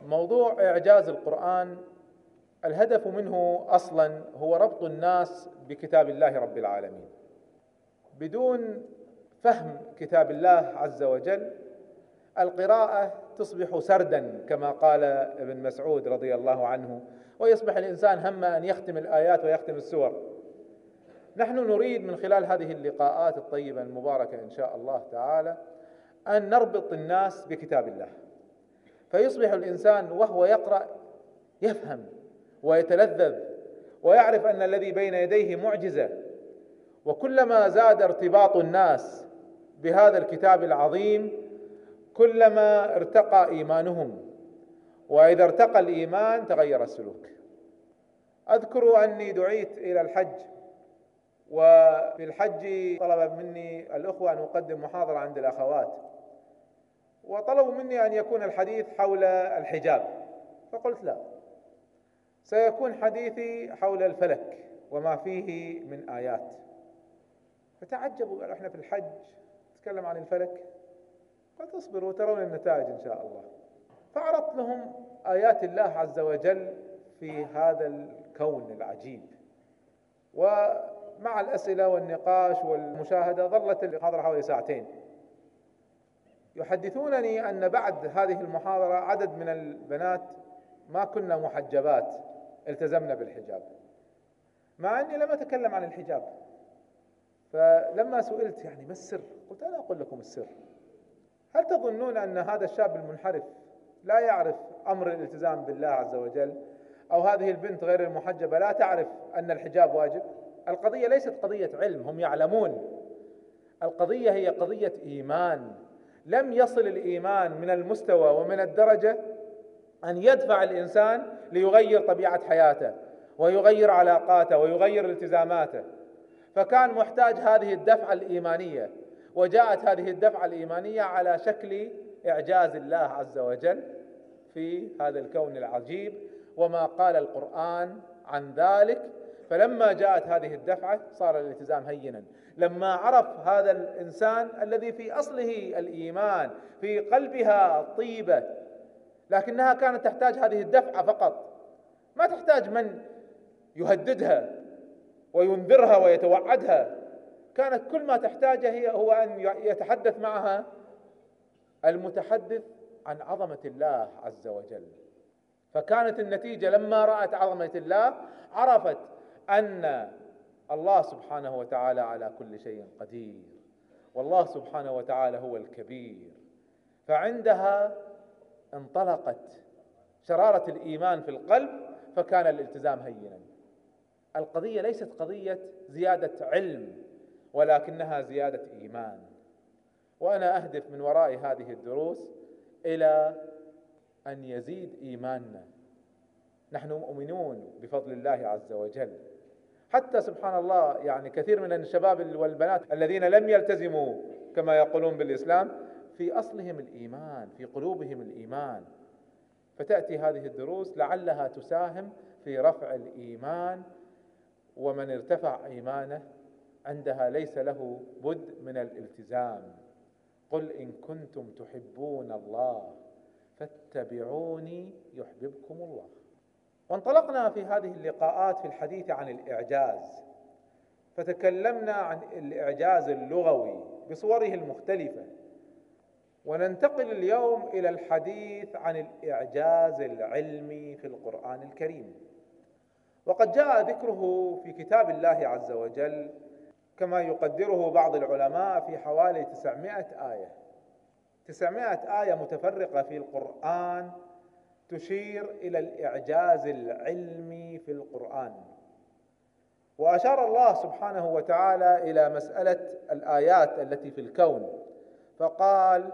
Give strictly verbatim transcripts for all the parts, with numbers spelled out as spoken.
موضوع إعجاز القرآن الهدف منه أصلا هو ربط الناس بكتاب الله رب العالمين. بدون فهم كتاب الله عز وجل القراءة تصبح سردا كما قال ابن مسعود رضي الله عنه، ويصبح الإنسان هم أن يختم الآيات ويختم السور. نحن نريد من خلال هذه اللقاءات الطيبة المباركة إن شاء الله تعالى أن نربط الناس بكتاب الله، فيصبح الإنسان وهو يقرأ يفهم ويتلذذ ويعرف أن الذي بين يديه معجزة. وكلما زاد ارتباط الناس بهذا الكتاب العظيم كلما ارتقى إيمانهم، وإذا ارتقى الإيمان تغير السلوك. أذكر أني دعيت إلى الحج، وفي الحج طلب مني الأخوة أن أقدم محاضرة عند الأخوات، وطلبوا مني أن يكون الحديث حول الحجاب، فقلت لا، سيكون حديثي حول الفلك وما فيه من آيات. فتعجبوا، قالوا احنا في الحج نتكلم عن الفلك؟ قلت اصبروا ترون النتائج إن شاء الله. فعرضت لهم آيات الله عز وجل في هذا الكون العجيب، ومع الأسئلة والنقاش والمشاهدة ظلت المحاضرة حوالي ساعتين. يحدثونني أن بعد هذه المحاضرة عدد من البنات ما كنا محجبات التزمنا بالحجاب، مع أني لم أتكلم عن الحجاب. فلما سئلت يعني ما السر؟ قلت أنا أقول لكم السر. هل تظنون أن هذا الشاب المنحرف لا يعرف أمر الالتزام بالله عز وجل، أو هذه البنت غير المحجبة لا تعرف أن الحجاب واجب؟ القضية ليست قضية علم، هم يعلمون. القضية هي قضية إيمان. لم يصل الإيمان من المستوى ومن الدرجة أن يدفع الإنسان ليغير طبيعة حياته ويغير علاقاته ويغير التزاماته، فكان محتاج هذه الدفعة الإيمانية، وجاءت هذه الدفعة الإيمانية على شكل إعجاز الله عز وجل في هذا الكون العجيب وما قال القرآن عن ذلك. فلما جاءت هذه الدفعة صار الالتزام هينا. لما عرف هذا الإنسان الذي في أصله الإيمان، في قلبها الطيبة، لكنها كانت تحتاج هذه الدفعة فقط، ما تحتاج من يهددها وينذرها ويتوعدها. كانت كل ما تحتاجه هي هو أن يتحدث معها المتحدث عن عظمة الله عز وجل. فكانت النتيجة لما رأت عظمة الله عرفت أن الله سبحانه وتعالى على كل شيء قدير، والله سبحانه وتعالى هو الكبير. فعندها انطلقت شرارة الإيمان في القلب، فكان الالتزام هينا. القضية ليست قضية زيادة علم، ولكنها زيادة إيمان. وأنا أهدف من وراء هذه الدروس إلى أن يزيد إيماننا. نحن مؤمنون بفضل الله عز وجل. حتى سبحان الله يعني كثير من الشباب والبنات الذين لم يلتزموا كما يقولون بالإسلام في أصلهم الإيمان، في قلوبهم الإيمان. فتأتي هذه الدروس لعلها تساهم في رفع الإيمان، ومن ارتفع إيمانه عندها ليس له بد من الالتزام. قل إن كنتم تحبون الله فاتبعوني يحببكم الله. وانطلقنا في هذه اللقاءات في الحديث عن الإعجاز، فتكلمنا عن الإعجاز اللغوي بصوره المختلفة، وننتقل اليوم إلى الحديث عن الإعجاز العلمي في القرآن الكريم. وقد جاء ذكره في كتاب الله عز وجل كما يقدره بعض العلماء في حوالي تسعمائة آية، تسعمائة آية متفرقة في القرآن تشير إلى الإعجاز العلمي في القرآن. وأشار الله سبحانه وتعالى إلى مسألة الآيات التي في الكون، فقال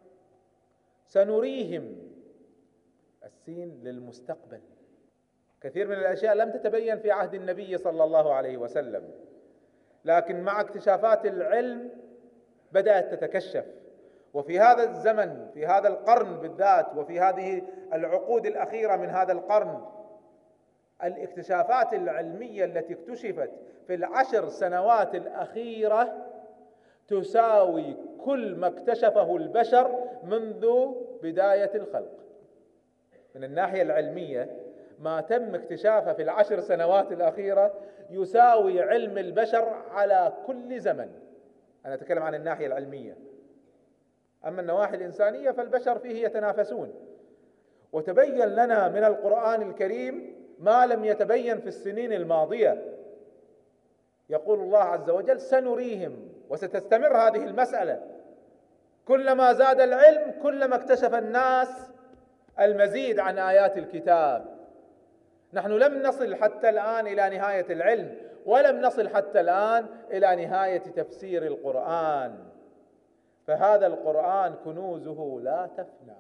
سنريهم، السين للمستقبل. كثير من الأشياء لم تتبين في عهد النبي صلى الله عليه وسلم، لكن مع اكتشافات العلم بدأت تتكشف. وفي هذا الزمن، في هذا القرن بالذات، وفي هذه العقود الأخيرة من هذا القرن، الاكتشافات العلمية التي اكتشفت في العشر سنوات الأخيرة تساوي كل ما اكتشفه البشر منذ بداية الخلق. من الناحية العلمية ما تم اكتشافه في العشر سنوات الأخيرة يساوي علم البشر على كل زمن. أنا أتكلم عن الناحية العلمية. أما النواحي الإنسانية فالبشر فيه يتنافسون. وتبين لنا من القرآن الكريم ما لم يتبين في السنين الماضية. يقول الله عز وجل: سنريهم. وستستمر هذه المسألة، كلما زاد العلم كلما اكتشف الناس المزيد عن آيات الكتاب. نحن لم نصل حتى الآن إلى نهاية العلم، ولم نصل حتى الآن إلى نهاية تفسير القرآن، فهذا القرآن كنوزه لا تفنى.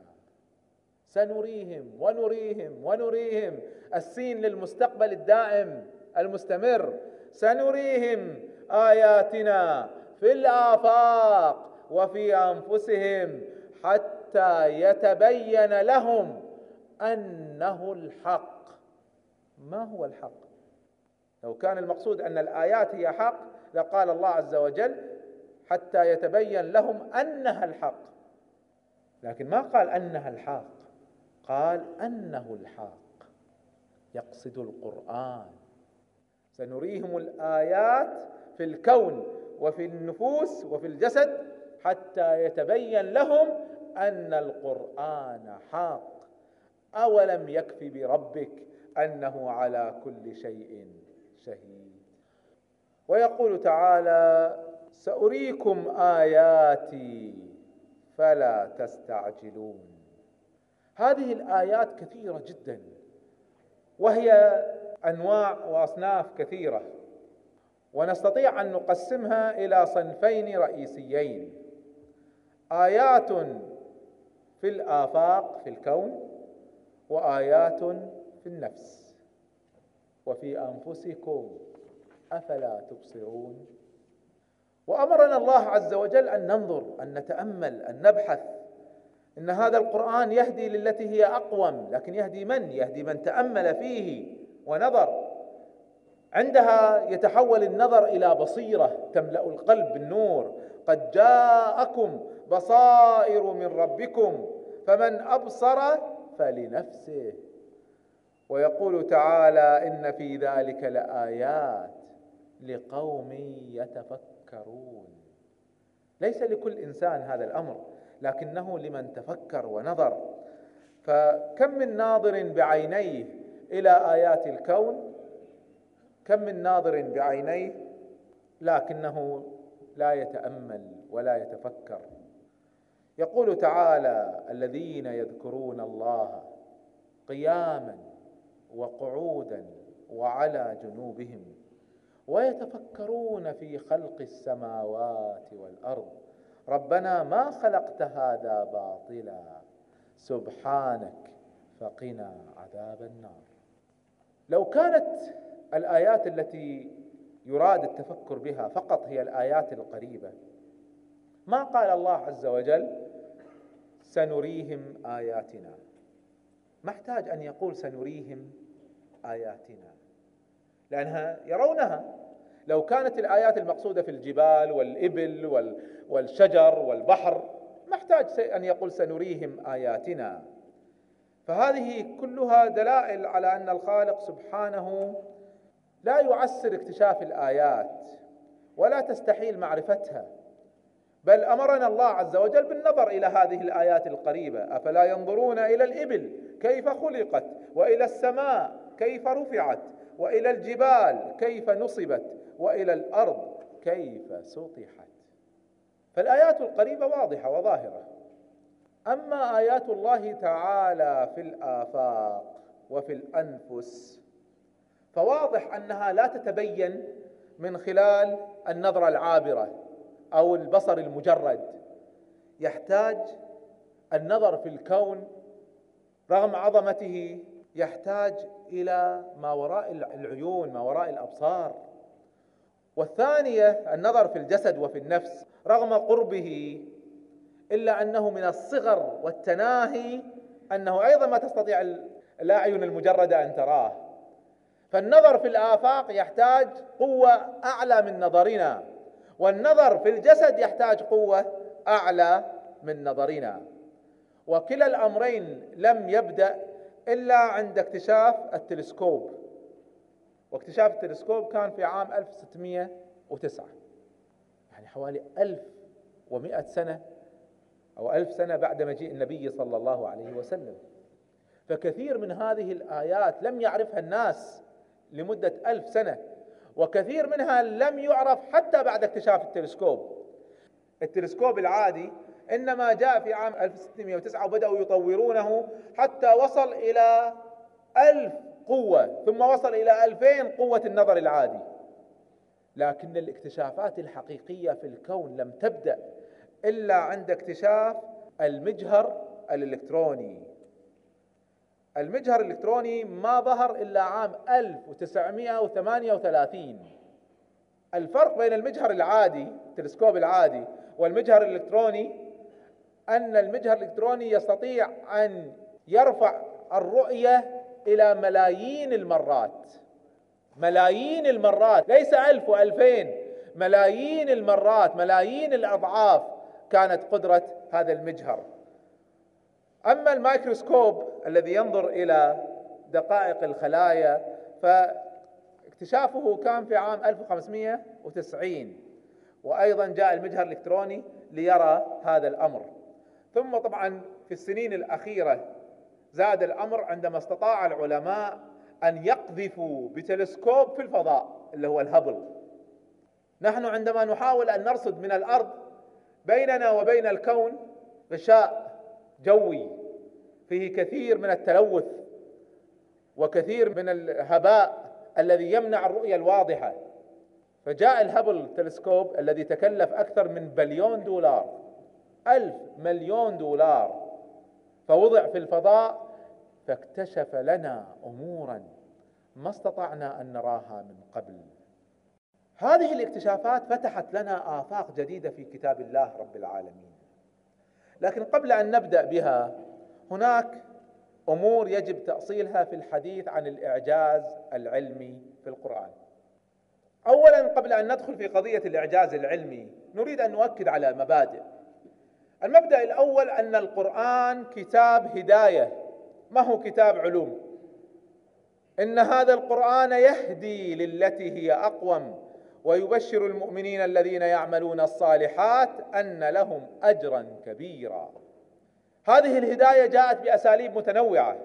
سنريهم ونريهم ونريهم، السين للمستقبل الدائم المستمر. سنريهم آياتنا في الآفاق وفي أنفسهم حتى يتبين لهم أنه الحق. ما هو الحق؟ لو كان المقصود أن الآيات هي حق لقال الله عز وجل حتى يتبين لهم أنها الحق، لكن ما قال أنها الحق، قال أنه الحق، يقصد القرآن. سنريهم الآيات في الكون وفي النفوس وفي الجسد حتى يتبين لهم أن القرآن حق. أولم يكف بربك أنه على كل شيء شهيد. ويقول تعالى: سأريكم آياتي فلا تستعجلون. هذه الآيات كثيرة جدا، وهي أنواع وأصناف كثيرة، ونستطيع أن نقسمها إلى صنفين رئيسيين: آيات في الآفاق في الكون، وآيات في النفس. وفي أنفسكم أفلا تبصرون. وأمرنا الله عز وجل أن ننظر، أن نتأمل، أن نبحث. إن هذا القرآن يهدي للتي هي أقوم، لكن يهدي من؟ يهدي من تأمل فيه ونظر. عندها يتحول النظر إلى بصيرة تملأ القلب بالنور. قد جاءكم بصائر من ربكم فمن أبصر فلنفسه. ويقول تعالى: إن في ذلك لآيات لقوم يتفكرون. ليس لكل إنسان هذا الأمر، لكنه لمن تفكر ونظر. فكم من ناظر بعينيه إلى آيات الكون، كم من ناظر بعينيه لكنه لا يتأمل ولا يتفكر. يقول تعالى: الذين يذكرون الله قياما وقعودا وعلى جنوبهم ويتفكرون في خلق السماوات والأرض ربنا ما خلقت هذا باطلا سبحانك فقنا عذاب النار. لو كانت الآيات التي يراد التفكر بها فقط هي الآيات القريبة ما قال الله عز وجل سنريهم آياتنا، ما احتاج أن يقول سنريهم آياتنا لأنها يرونها. لو كانت الآيات المقصودة في الجبال والإبل والشجر والبحر ما احتاج أن يقول سنريهم آياتنا. فهذه كلها دلائل على أن الخالق سبحانه لا يعسر اكتشاف الآيات ولا تستحيل معرفتها، بل أمرنا الله عز وجل بالنظر إلى هذه الآيات القريبة. أفلا ينظرون إلى الإبل كيف خلقت، وإلى السماء كيف رفعت، وإلى الجبال كيف نصبت، وإلى الأرض كيف سطحت. فالآيات القريبة واضحة وظاهرة. أما آيات الله تعالى في الآفاق وفي الأنفس فواضح أنها لا تتبين من خلال النظرة العابرة أو البصر المجرد. يحتاج النظر في الكون رغم عظمته، يحتاج إلى ما وراء العيون، ما وراء الأبصار. والثانية النظر في الجسد وفي النفس رغم قربه، إلا أنه من الصغر والتناهي أنه أيضا ما تستطيع الأعين المجردة أن تراه. فالنظر في الآفاق يحتاج قوة أعلى من نظرنا، والنظر في الجسد يحتاج قوة أعلى من نظرنا. وكلا الأمرين لم يبدأ إلا عند اكتشاف التلسكوب، واكتشاف التلسكوب كان في عام ألف وستمائة وتسعة، يعني حوالي ألف ومئة سنة أو ألف سنة بعد مجيء النبي صلى الله عليه وسلم. فكثير من هذه الآيات لم يعرفها الناس لمدة ألف سنة، وكثير منها لم يعرف حتى بعد اكتشاف التلسكوب. التلسكوب العادي إنما جاء في عام ألف وستمائة وتسعة وبدأوا يطورونه حتى وصل إلى ألف قوة، ثم وصل إلى ألفين قوة النظر العادي. لكن الاكتشافات الحقيقية في الكون لم تبدأ إلا عند اكتشاف المجهر الإلكتروني. المجهر الإلكتروني ما ظهر إلا عام ألف وتسعمائة وثمانية وثلاثين. الفرق بين المجهر العادي التلسكوب العادي والمجهر الإلكتروني أن المجهر الإلكتروني يستطيع أن يرفع الرؤية إلى ملايين المرات، ملايين المرات، ليس ألف وألفين، ملايين المرات، ملايين الأضعاف كانت قدرة هذا المجهر. أما الميكروسكوب الذي ينظر إلى دقائق الخلايا فاكتشافه كان في عام ألف وخمسمائة وتسعين، وأيضا جاء المجهر الإلكتروني ليرى هذا الأمر. ثم طبعا في السنين الأخيرة زاد الأمر عندما استطاع العلماء أن يقذفوا بتلسكوب في الفضاء اللي هو الهابل. نحن عندما نحاول أن نرصد من الأرض بيننا وبين الكون غشاء جوي فيه كثير من التلوث وكثير من الهباء الذي يمنع الرؤية الواضحة، فجاء الهابل تلسكوب الذي تكلف أكثر من بليون دولار، ألف مليون دولار، فوضع في الفضاء فاكتشف لنا أمورا ما استطعنا أن نراها من قبل. هذه الاكتشافات فتحت لنا آفاق جديدة في كتاب الله رب العالمين. لكن قبل أن نبدأ بها هناك أمور يجب تأصيلها في الحديث عن الإعجاز العلمي في القرآن. أولا قبل أن ندخل في قضية الإعجاز العلمي نريد أن نؤكد على مبادئ. المبدأ الأول أن القرآن كتاب هداية ما هو كتاب علوم. إن هذا القرآن يهدي للتي هي أقوم ويبشر المؤمنين الذين يعملون الصالحات أن لهم أجرا كبيرا. هذه الهداية جاءت بأساليب متنوعة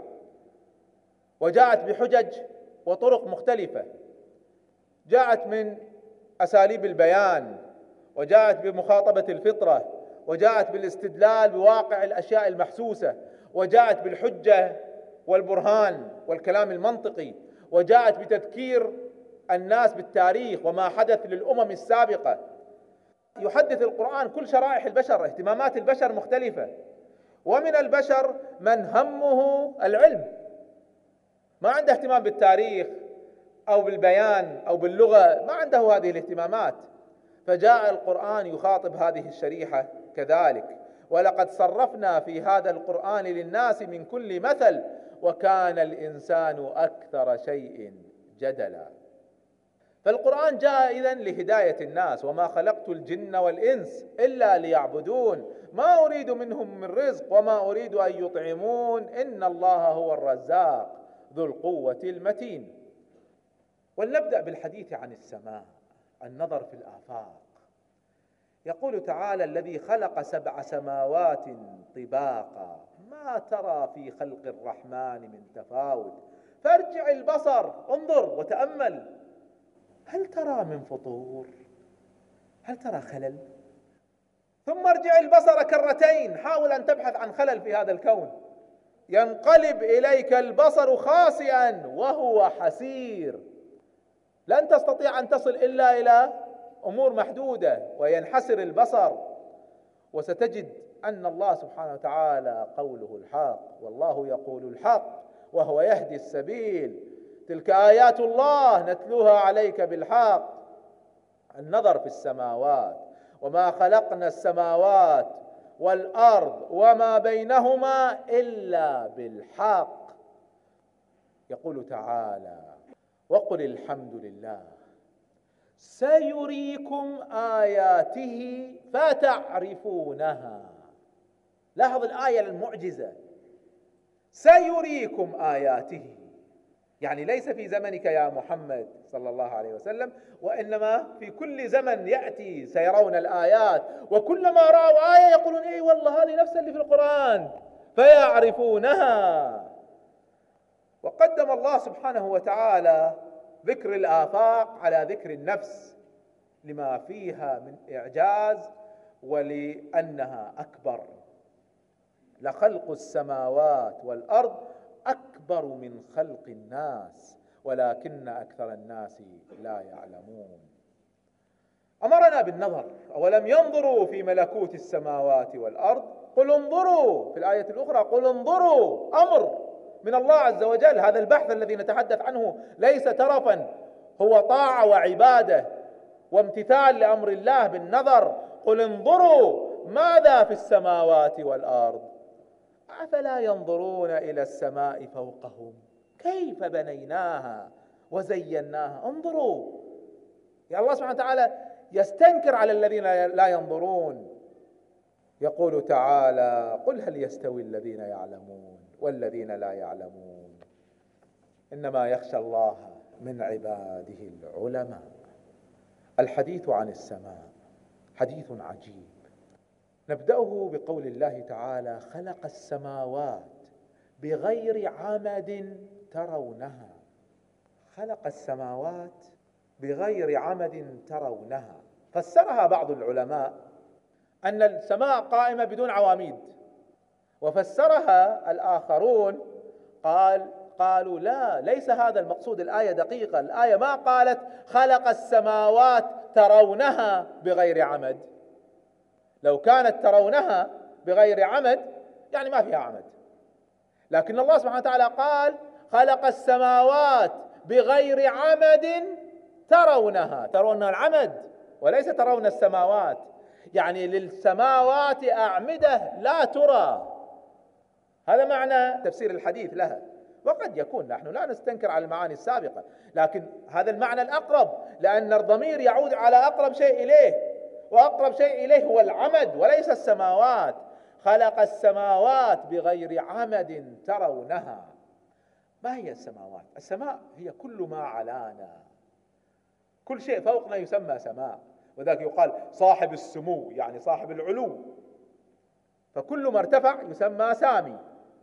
وجاءت بحجج وطرق مختلفة، جاءت من أساليب البيان، وجاءت بمخاطبة الفطرة، وجاءت بالاستدلال بواقع الأشياء المحسوسة، وجاءت بالحجة والبرهان والكلام المنطقي، وجاءت بتذكير الناس بالتاريخ وما حدث للأمم السابقة. يحدث القرآن كل شرائح البشر، اهتمامات البشر مختلفة، ومن البشر من همه العلم ما عنده اهتمام بالتاريخ أو بالبيان أو باللغة، ما عنده هذه الاهتمامات، فجاء القرآن يخاطب هذه الشريحة كذلك. ولقد صرفنا في هذا القرآن للناس من كل مثل وكان الإنسان أكثر شيء جدلا. فالقرآن جاء إذن لهداية الناس، وما خلقت الجن والإنس إلا ليعبدون ما أريد منهم من رزق وما أريد أن يطعمون إن الله هو الرزاق ذو القوة المتين. ولنبدأ بالحديث عن السماء، النظر في الآفاق. يقول تعالى: الذي خلق سبع سماوات طباقا ما ترى في خلق الرحمن من تفاوت فارجع البصر انظر وتأمل هل ترى من فطور، هل ترى خلل، ثم ارجع البصر كرتين، حاول أن تبحث عن خلل في هذا الكون. ينقلب إليك البصر خاسئا وهو حسير، لن تستطيع أن تصل إلا إلى أمور محدودة وينحسر البصر. وستجد أن الله سبحانه وتعالى قوله الحق، والله يقول الحق وهو يهدي السبيل، تلك آيات الله نتلوها عليك بالحق. النظر في السماوات، وما خلقنا السماوات والأرض وما بينهما إلا بالحق. يقول تعالى: وقل الحمد لله سيريكم آياته فتعرفونها. لاحظ الآية المعجزة، سيريكم آياته، يعني ليس في زمنك يا محمد صلى الله عليه وسلم، وإنما في كل زمن يأتي سيرون الآيات، وكلما رأوا آية يقولون إيه والله هذه نفس اللي في القرآن، فيعرفونها. وقدم الله سبحانه وتعالى ذكر الآفاق على ذكر النفس لما فيها من إعجاز ولأنها أكبر. لخلق السماوات والأرض أكبر من خلق الناس ولكن أكثر الناس لا يعلمون. أمرنا بالنظر، أولم ينظروا في ملكوت السماوات والأرض قل انظروا، في الآية الأخرى قل انظروا، أمر من الله عز وجل. هذا البحث الذي نتحدث عنه ليس ترفا، هو طاعة وعبادة وامتثال لأمر الله بالنظر. قل انظروا ماذا في السماوات والأرض أفلا ينظرون إلى السماء فوقهم كيف بنيناها وزيناها. انظروا، يا الله سبحانه وتعالى يستنكر على الذين لا ينظرون. يقول تعالى قل هل يستوي الذين يعلمون والذين لا يعلمون إنما يخشى الله من عباده العلماء. الحديث عن السماء حديث عجيب. نبدأه بقول الله تعالى خلق السماوات بغير عمد ترونها. خلق السماوات بغير عمد ترونها، فسرها بعض العلماء أن السماء قائمة بدون عواميد، وفسرها الآخرون قال قالوا لا، ليس هذا المقصود. الآية دقيقة، الآية ما قالت خلق السماوات ترونها بغير عمد. لو كانت ترونها بغير عمد يعني ما فيها عمد، لكن الله سبحانه وتعالى قال خلق السماوات بغير عمد ترونها. ترون العمد وليس ترون السماوات، يعني للسماوات أعمدة لا ترى. هذا معنى تفسير الحديث لها. وقد يكون نحن لا نستنكر على المعاني السابقة، لكن هذا المعنى الأقرب، لأن الضمير يعود على أقرب شيء إليه، وأقرب شيء إليه هو العمد وليس السماوات. خلق السماوات بغير عمد ترونها. ما هي السماوات؟ السماء هي كل ما علانا، كل شيء فوقنا يسمى سماء، وذلك يقال صاحب السمو يعني صاحب العلو، فكل ما ارتفع يسمى سامي.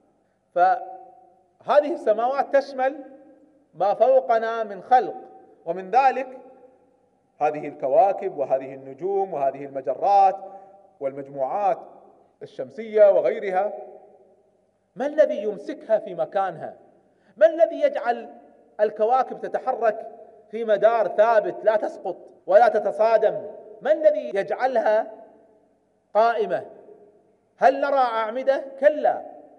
فهذه السماوات تشمل ما فوقنا من خلق، ومن ذلك هذه الكواكب وهذه النجوم وهذه المجرات والمجموعات الشمسية وغيرها. ما الذي يمسكها في مكانها؟ ما الذي يجعل الكواكب تتحرك في مدار ثابت لا تسقط ولا تتصادم؟ ما الذي يجعلها قائمة؟ هل نرى أعمدة؟ كلا.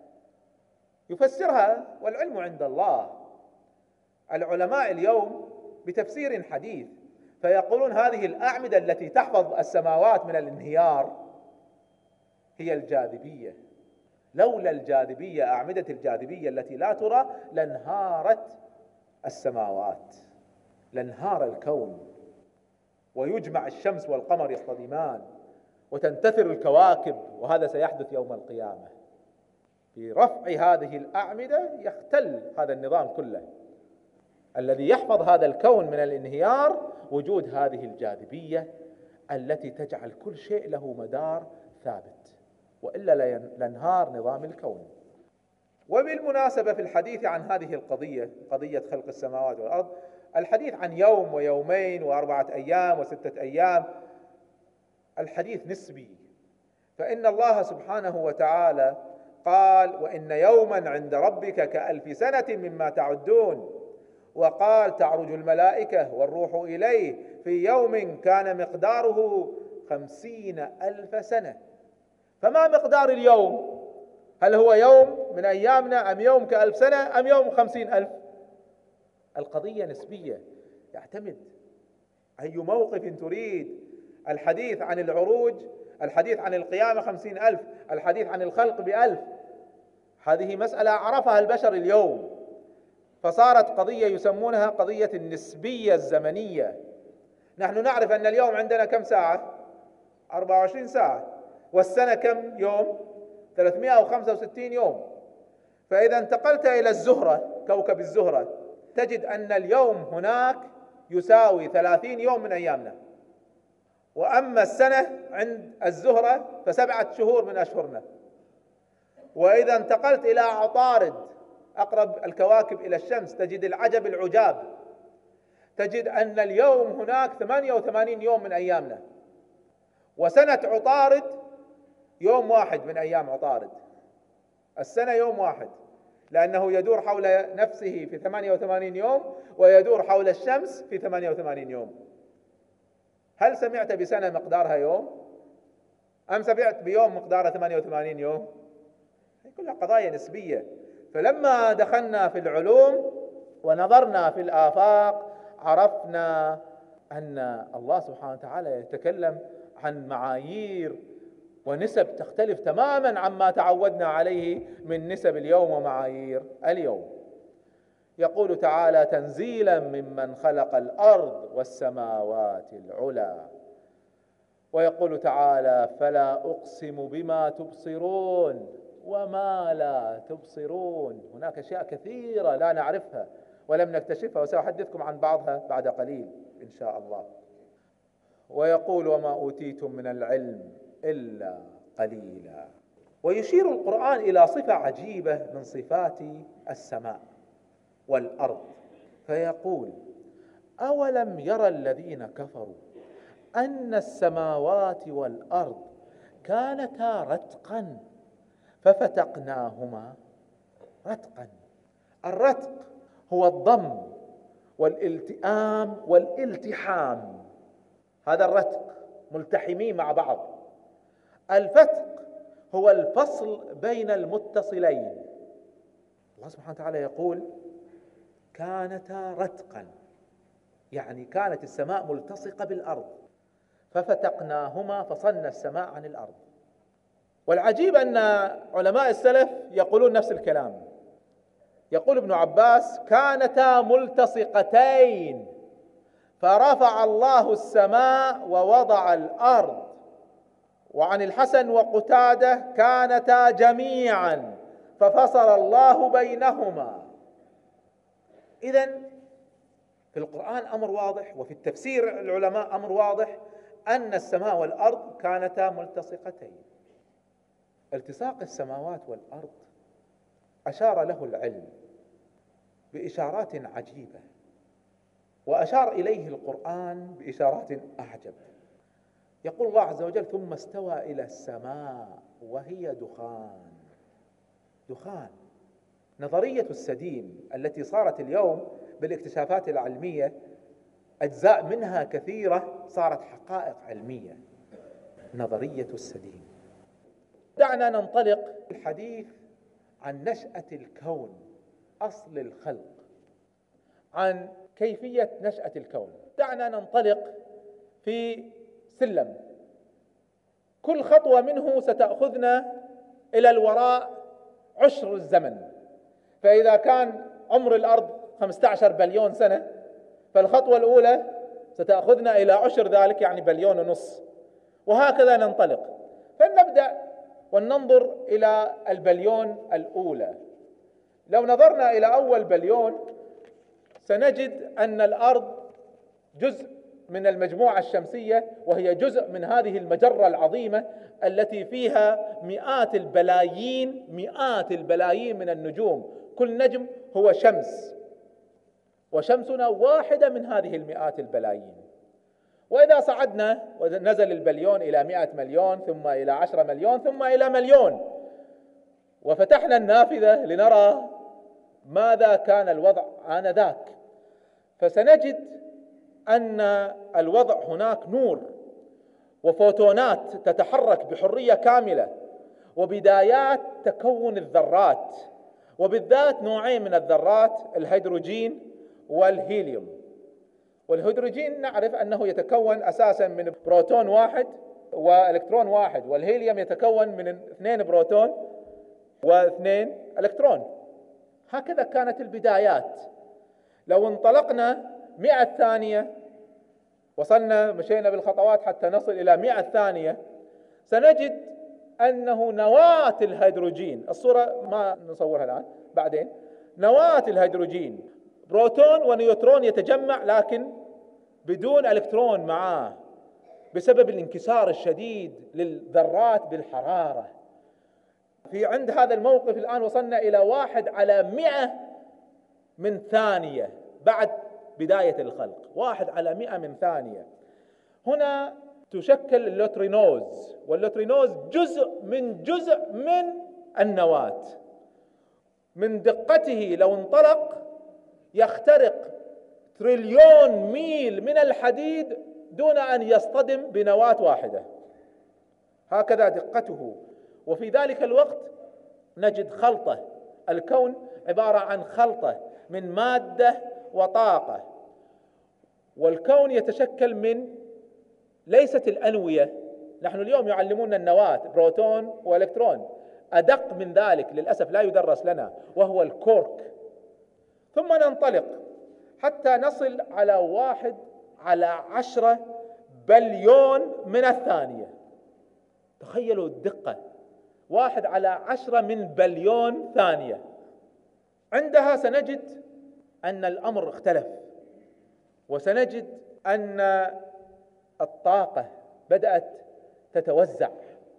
يفسرها والعلم عند الله. العلماء اليوم بتفسير حديث فيقولون هذه الأعمدة التي تحفظ السماوات من الانهيار هي الجاذبية. لولا الجاذبية، أعمدة الجاذبية التي لا ترى، لانهارت السماوات، لانهار الكون، ويجمع الشمس والقمر يصطدمان وتنتثر الكواكب، وهذا سيحدث يوم القيامة. في رفع هذه الأعمدة يختل هذا النظام كله. الذي يحفظ هذا الكون من الانهيار وجود هذه الجاذبية التي تجعل كل شيء له مدار ثابت، وإلا لانهار نظام الكون. وبالمناسبة في الحديث عن هذه القضية، قضية خلق السماوات والأرض، الحديث عن يوم ويومين وأربعة أيام وستة أيام الحديث نسبي. فإن الله سبحانه وتعالى قال وإن يوما عند ربك كألف سنة مما تعدون، وقال تعرج الملائكة والروح إليه في يوم كان مقداره خمسين ألف سنة. فما مقدار اليوم؟ هل هو يوم من أيامنا أم يوم كألف سنة أم يوم خمسين ألف؟ القضية نسبية، يعتمد أي موقف تريد. الحديث عن العروج، الحديث عن القيامة خمسين ألف، الحديث عن الخلق بألف. هذه مسألة عرفها البشر اليوم، فصارت قضية يسمونها قضية النسبية الزمنية. نحن نعرف أن اليوم عندنا كم ساعة؟ أربعة وعشرين ساعة، والسنة كم يوم؟ ثلاثمائة وخمسة وستين يوم. فإذا انتقلت إلى الزهرة، كوكب الزهرة، تجد أن اليوم هناك يساوي ثلاثين يوم من أيامنا، وأما السنة عند الزهرة فسبعة شهور من أشهرنا. وإذا انتقلت إلى عطارد، أقرب الكواكب إلى الشمس، تجد العجب العجاب، تجد أن اليوم هناك ثمانية وثمانين يوم من أيامنا، وسنة عطارد يوم واحد من أيام عطارد. السنة يوم واحد، لأنه يدور حول نفسه في ثمانية وثمانين يوم، ويدور حول الشمس في ثمانية وثمانين يوم. هل سمعت بسنة مقدارها يوم؟ أم سمعت بيوم مقدارها ثمانية وثمانين يوم؟ هي كلها قضايا نسبية. فلما دخلنا في العلوم ونظرنا في الآفاق عرفنا أن الله سبحانه وتعالى يتكلم عن معايير ونسب تختلف تماما عما تعودنا عليه من نسب اليوم ومعايير اليوم. يقول تعالى: تنزيلا ممن خلق الأرض والسماوات العلى. ويقول تعالى: فلا أقسم بما تبصرون وما لا تبصرون. هناك أشياء كثيرة لا نعرفها ولم نكتشفها، وسأحدثكم عن بعضها بعد قليل إن شاء الله. ويقول: وما أوتيتم من العلم إلا قليلا. ويشير القرآن إلى صفة عجيبة من صفات السماء والأرض، فيقول: أولم يرى الذين كفروا أن السماوات والأرض كانتا رتقا ففتقناهما. رتقا، الرتق هو الضم والالتئام والالتحام، هذا الرتق، ملتحمين مع بعض. الفتق هو الفصل بين المتصلين. الله سبحانه وتعالى يقول: كانتا رتقا، يعني كانت السماء ملتصقة بالأرض ففتقناهما، فصلنا السماء عن الأرض. والعجيب أن علماء السلف يقولون نفس الكلام. يقول ابن عباس: كانتا ملتصقتين فرفع الله السماء ووضع الأرض. وعن الحسن وقتادة: كانتا جميعا ففصل الله بينهما. إذن في القرآن أمر واضح، وفي التفسير العلماء أمر واضح، أن السماء والأرض كانتا ملتصقتين. التصاق السماوات والأرض أشار له العلم بإشارات عجيبة، وأشار إليه القرآن بإشارات أعجب. يقول الله عز وجل: ثم استوى إلى السماء وهي دخان. دخان، نظرية السديم التي صارت اليوم بالاكتشافات العلمية أجزاء منها كثيرة صارت حقائق علمية. نظرية السديم. دعنا ننطلق الحديث عن نشأة الكون، أصل الخلق، عن كيفية نشأة الكون. دعنا ننطلق في سلم، كل خطوة منه ستأخذنا إلى الوراء عشر الزمن. فإذا كان عمر الأرض خمسة عشر بليون سنة، فالخطوة الأولى ستأخذنا إلى عشر ذلك، يعني بليون ونص، وهكذا ننطلق. فلنبدأ وننظر إلى البليون الأولى. لو نظرنا إلى أول بليون سنجد أن الأرض جزء من المجموعة الشمسية، وهي جزء من هذه المجرة العظيمة التي فيها مئات البلايين مئات البلايين من النجوم. كل نجم هو شمس، وشمسنا واحدة من هذه المئات البلايين. وإذا صعدنا ونزل البليون إلى مئة مليون، ثم إلى عشرة مليون، ثم إلى مليون، وفتحنا النافذة لنرى ماذا كان الوضع آنذاك، فسنجد أن الوضع هناك نور وفوتونات تتحرك بحرية كاملة، وبدايات تكون الذرات، وبالذات نوعين من الذرات: الهيدروجين والهيليوم. والهيدروجين نعرف أنه يتكون أساسا من بروتون واحد وإلكترون واحد، والهيليوم يتكون من اثنين بروتون واثنين إلكترون. هكذا كانت البدايات. لو انطلقنا مئة ثانية، وصلنا مشينا بالخطوات حتى نصل إلى مئة ثانية، سنجد أنه نواة الهيدروجين، الصورة ما نصورها الآن بعدين، نواة الهيدروجين بروتون ونيوترون يتجمع لكن بدون إلكترون معاه بسبب الانكسار الشديد للذرات بالحرارة. في عند هذا الموقف الآن وصلنا إلى واحد على مئة من ثانية بعد بداية الخلق، واحد على مئة من ثانية. هنا تشكل اللوترينوز، واللوترينوز جزء من جزء من النواة، من دقته لو انطلق يخترق تريليون ميل من الحديد دون أن يصطدم بنواة واحدة، هكذا دقته. وفي ذلك الوقت نجد خلطة، الكون عبارة عن خلطة من مادة وطاقة، والكون يتشكل من ليست الأنوية، نحن اليوم يعلمون النواة بروتون وإلكترون، أدق من ذلك للأسف لا يدرس لنا وهو الكورك. ثم ننطلق حتى نصل على واحد على عشرة بليون من الثانية. تخيلوا الدقة، واحد على عشرة من بليون ثانية. عندها سنجد أن الأمر اختلف، وسنجد أن الطاقة بدأت تتوزع،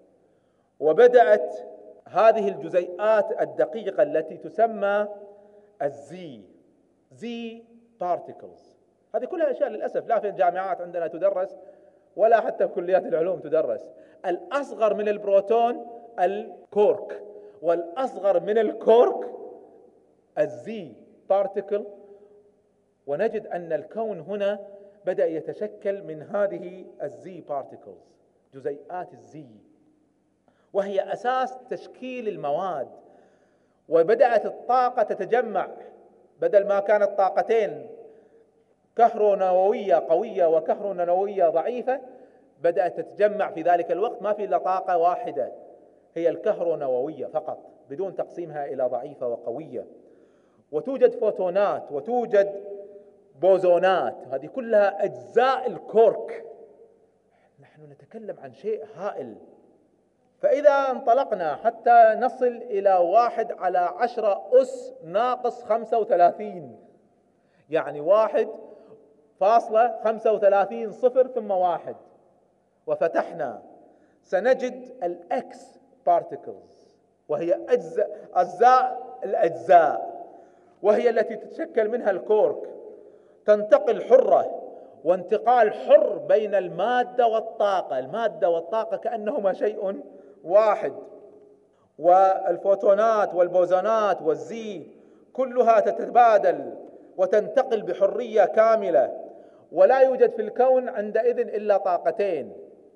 وبدأت هذه الجزيئات الدقيقة التي تسمى الزي زي بارتيكلز، هذه كلها أشياء للأسف لا في الجامعات عندنا تدرس ولا حتى في كليات العلوم تدرس. الأصغر من البروتون الكورك، والأصغر من الكورك الزي بارتيكل. ونجد أن الكون هنا بدأ يتشكل من هذه الزي بارتيكلز، جزيئات الزي، وهي أساس تشكيل المواد. وبدأت الطاقة تتجمع، بدل ما كانت طاقتين كهرونووية قوية وكهرونووية ضعيفة، بدأت تتجمع في ذلك الوقت ما في إلا طاقة واحدة هي الكهرونووية فقط بدون تقسيمها إلى ضعيفة وقوية. وتوجد فوتونات وتوجد بوزونات، هذه كلها أجزاء الكورك. نحن نتكلم عن شيء هائل. فإذا انطلقنا حتى نصل إلى واحد على عشرة أس ناقص خمسة وثلاثين، يعني واحد فاصلة خمسة وثلاثين صفر ثم واحد، وفتحنا سنجد الأكس بارتيكلز، وهي أجزاء أجزاء الأجزاء، وهي التي تتشكل منها الكورك، تنتقل حرة، وانتقال حر بين المادة والطاقة، المادة والطاقة كأنهما شيء واحد. والفوتونات والبوزونات والزي كلها تتبادل وتنتقل بحرية كاملة، ولا يوجد في الكون عندئذ إلا طاقتين،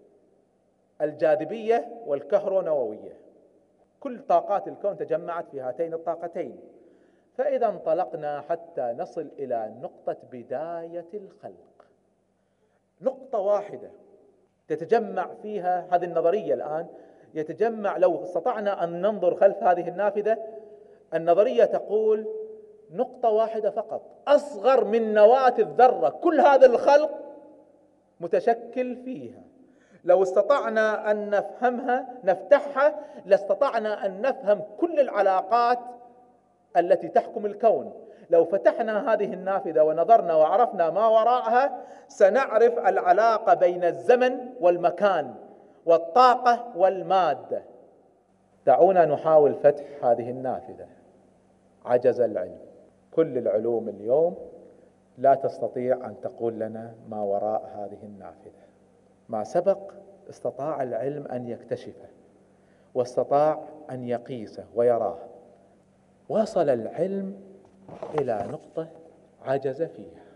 الجاذبية والكهرونووية. كل طاقات الكون تجمعت في هاتين الطاقتين. فإذا انطلقنا حتى نصل إلى نقطة بداية الخلق، نقطة واحدة تتجمع فيها هذه النظرية. الآن يتجمع، لو استطعنا أن ننظر خلف هذه النافذة، النظرية تقول نقطة واحدة فقط أصغر من نواة الذرة، كل هذا الخلق متشكل فيها. لو استطعنا أن نفهمها نفتحها لاستطعنا أن نفهم كل العلاقات التي تحكم الكون. لو فتحنا هذه النافذة ونظرنا وعرفنا ما وراءها سنعرف العلاقة بين الزمن والمكان والطاقة والمادة. دعونا نحاول فتح هذه النافذة. عجز العلم، كل العلوم اليوم لا تستطيع أن تقول لنا ما وراء هذه النافذة. ما سبق استطاع العلم أن يكتشفه، واستطاع أن يقيسه ويراه. وصل العلم إلى نقطة عجز فيها.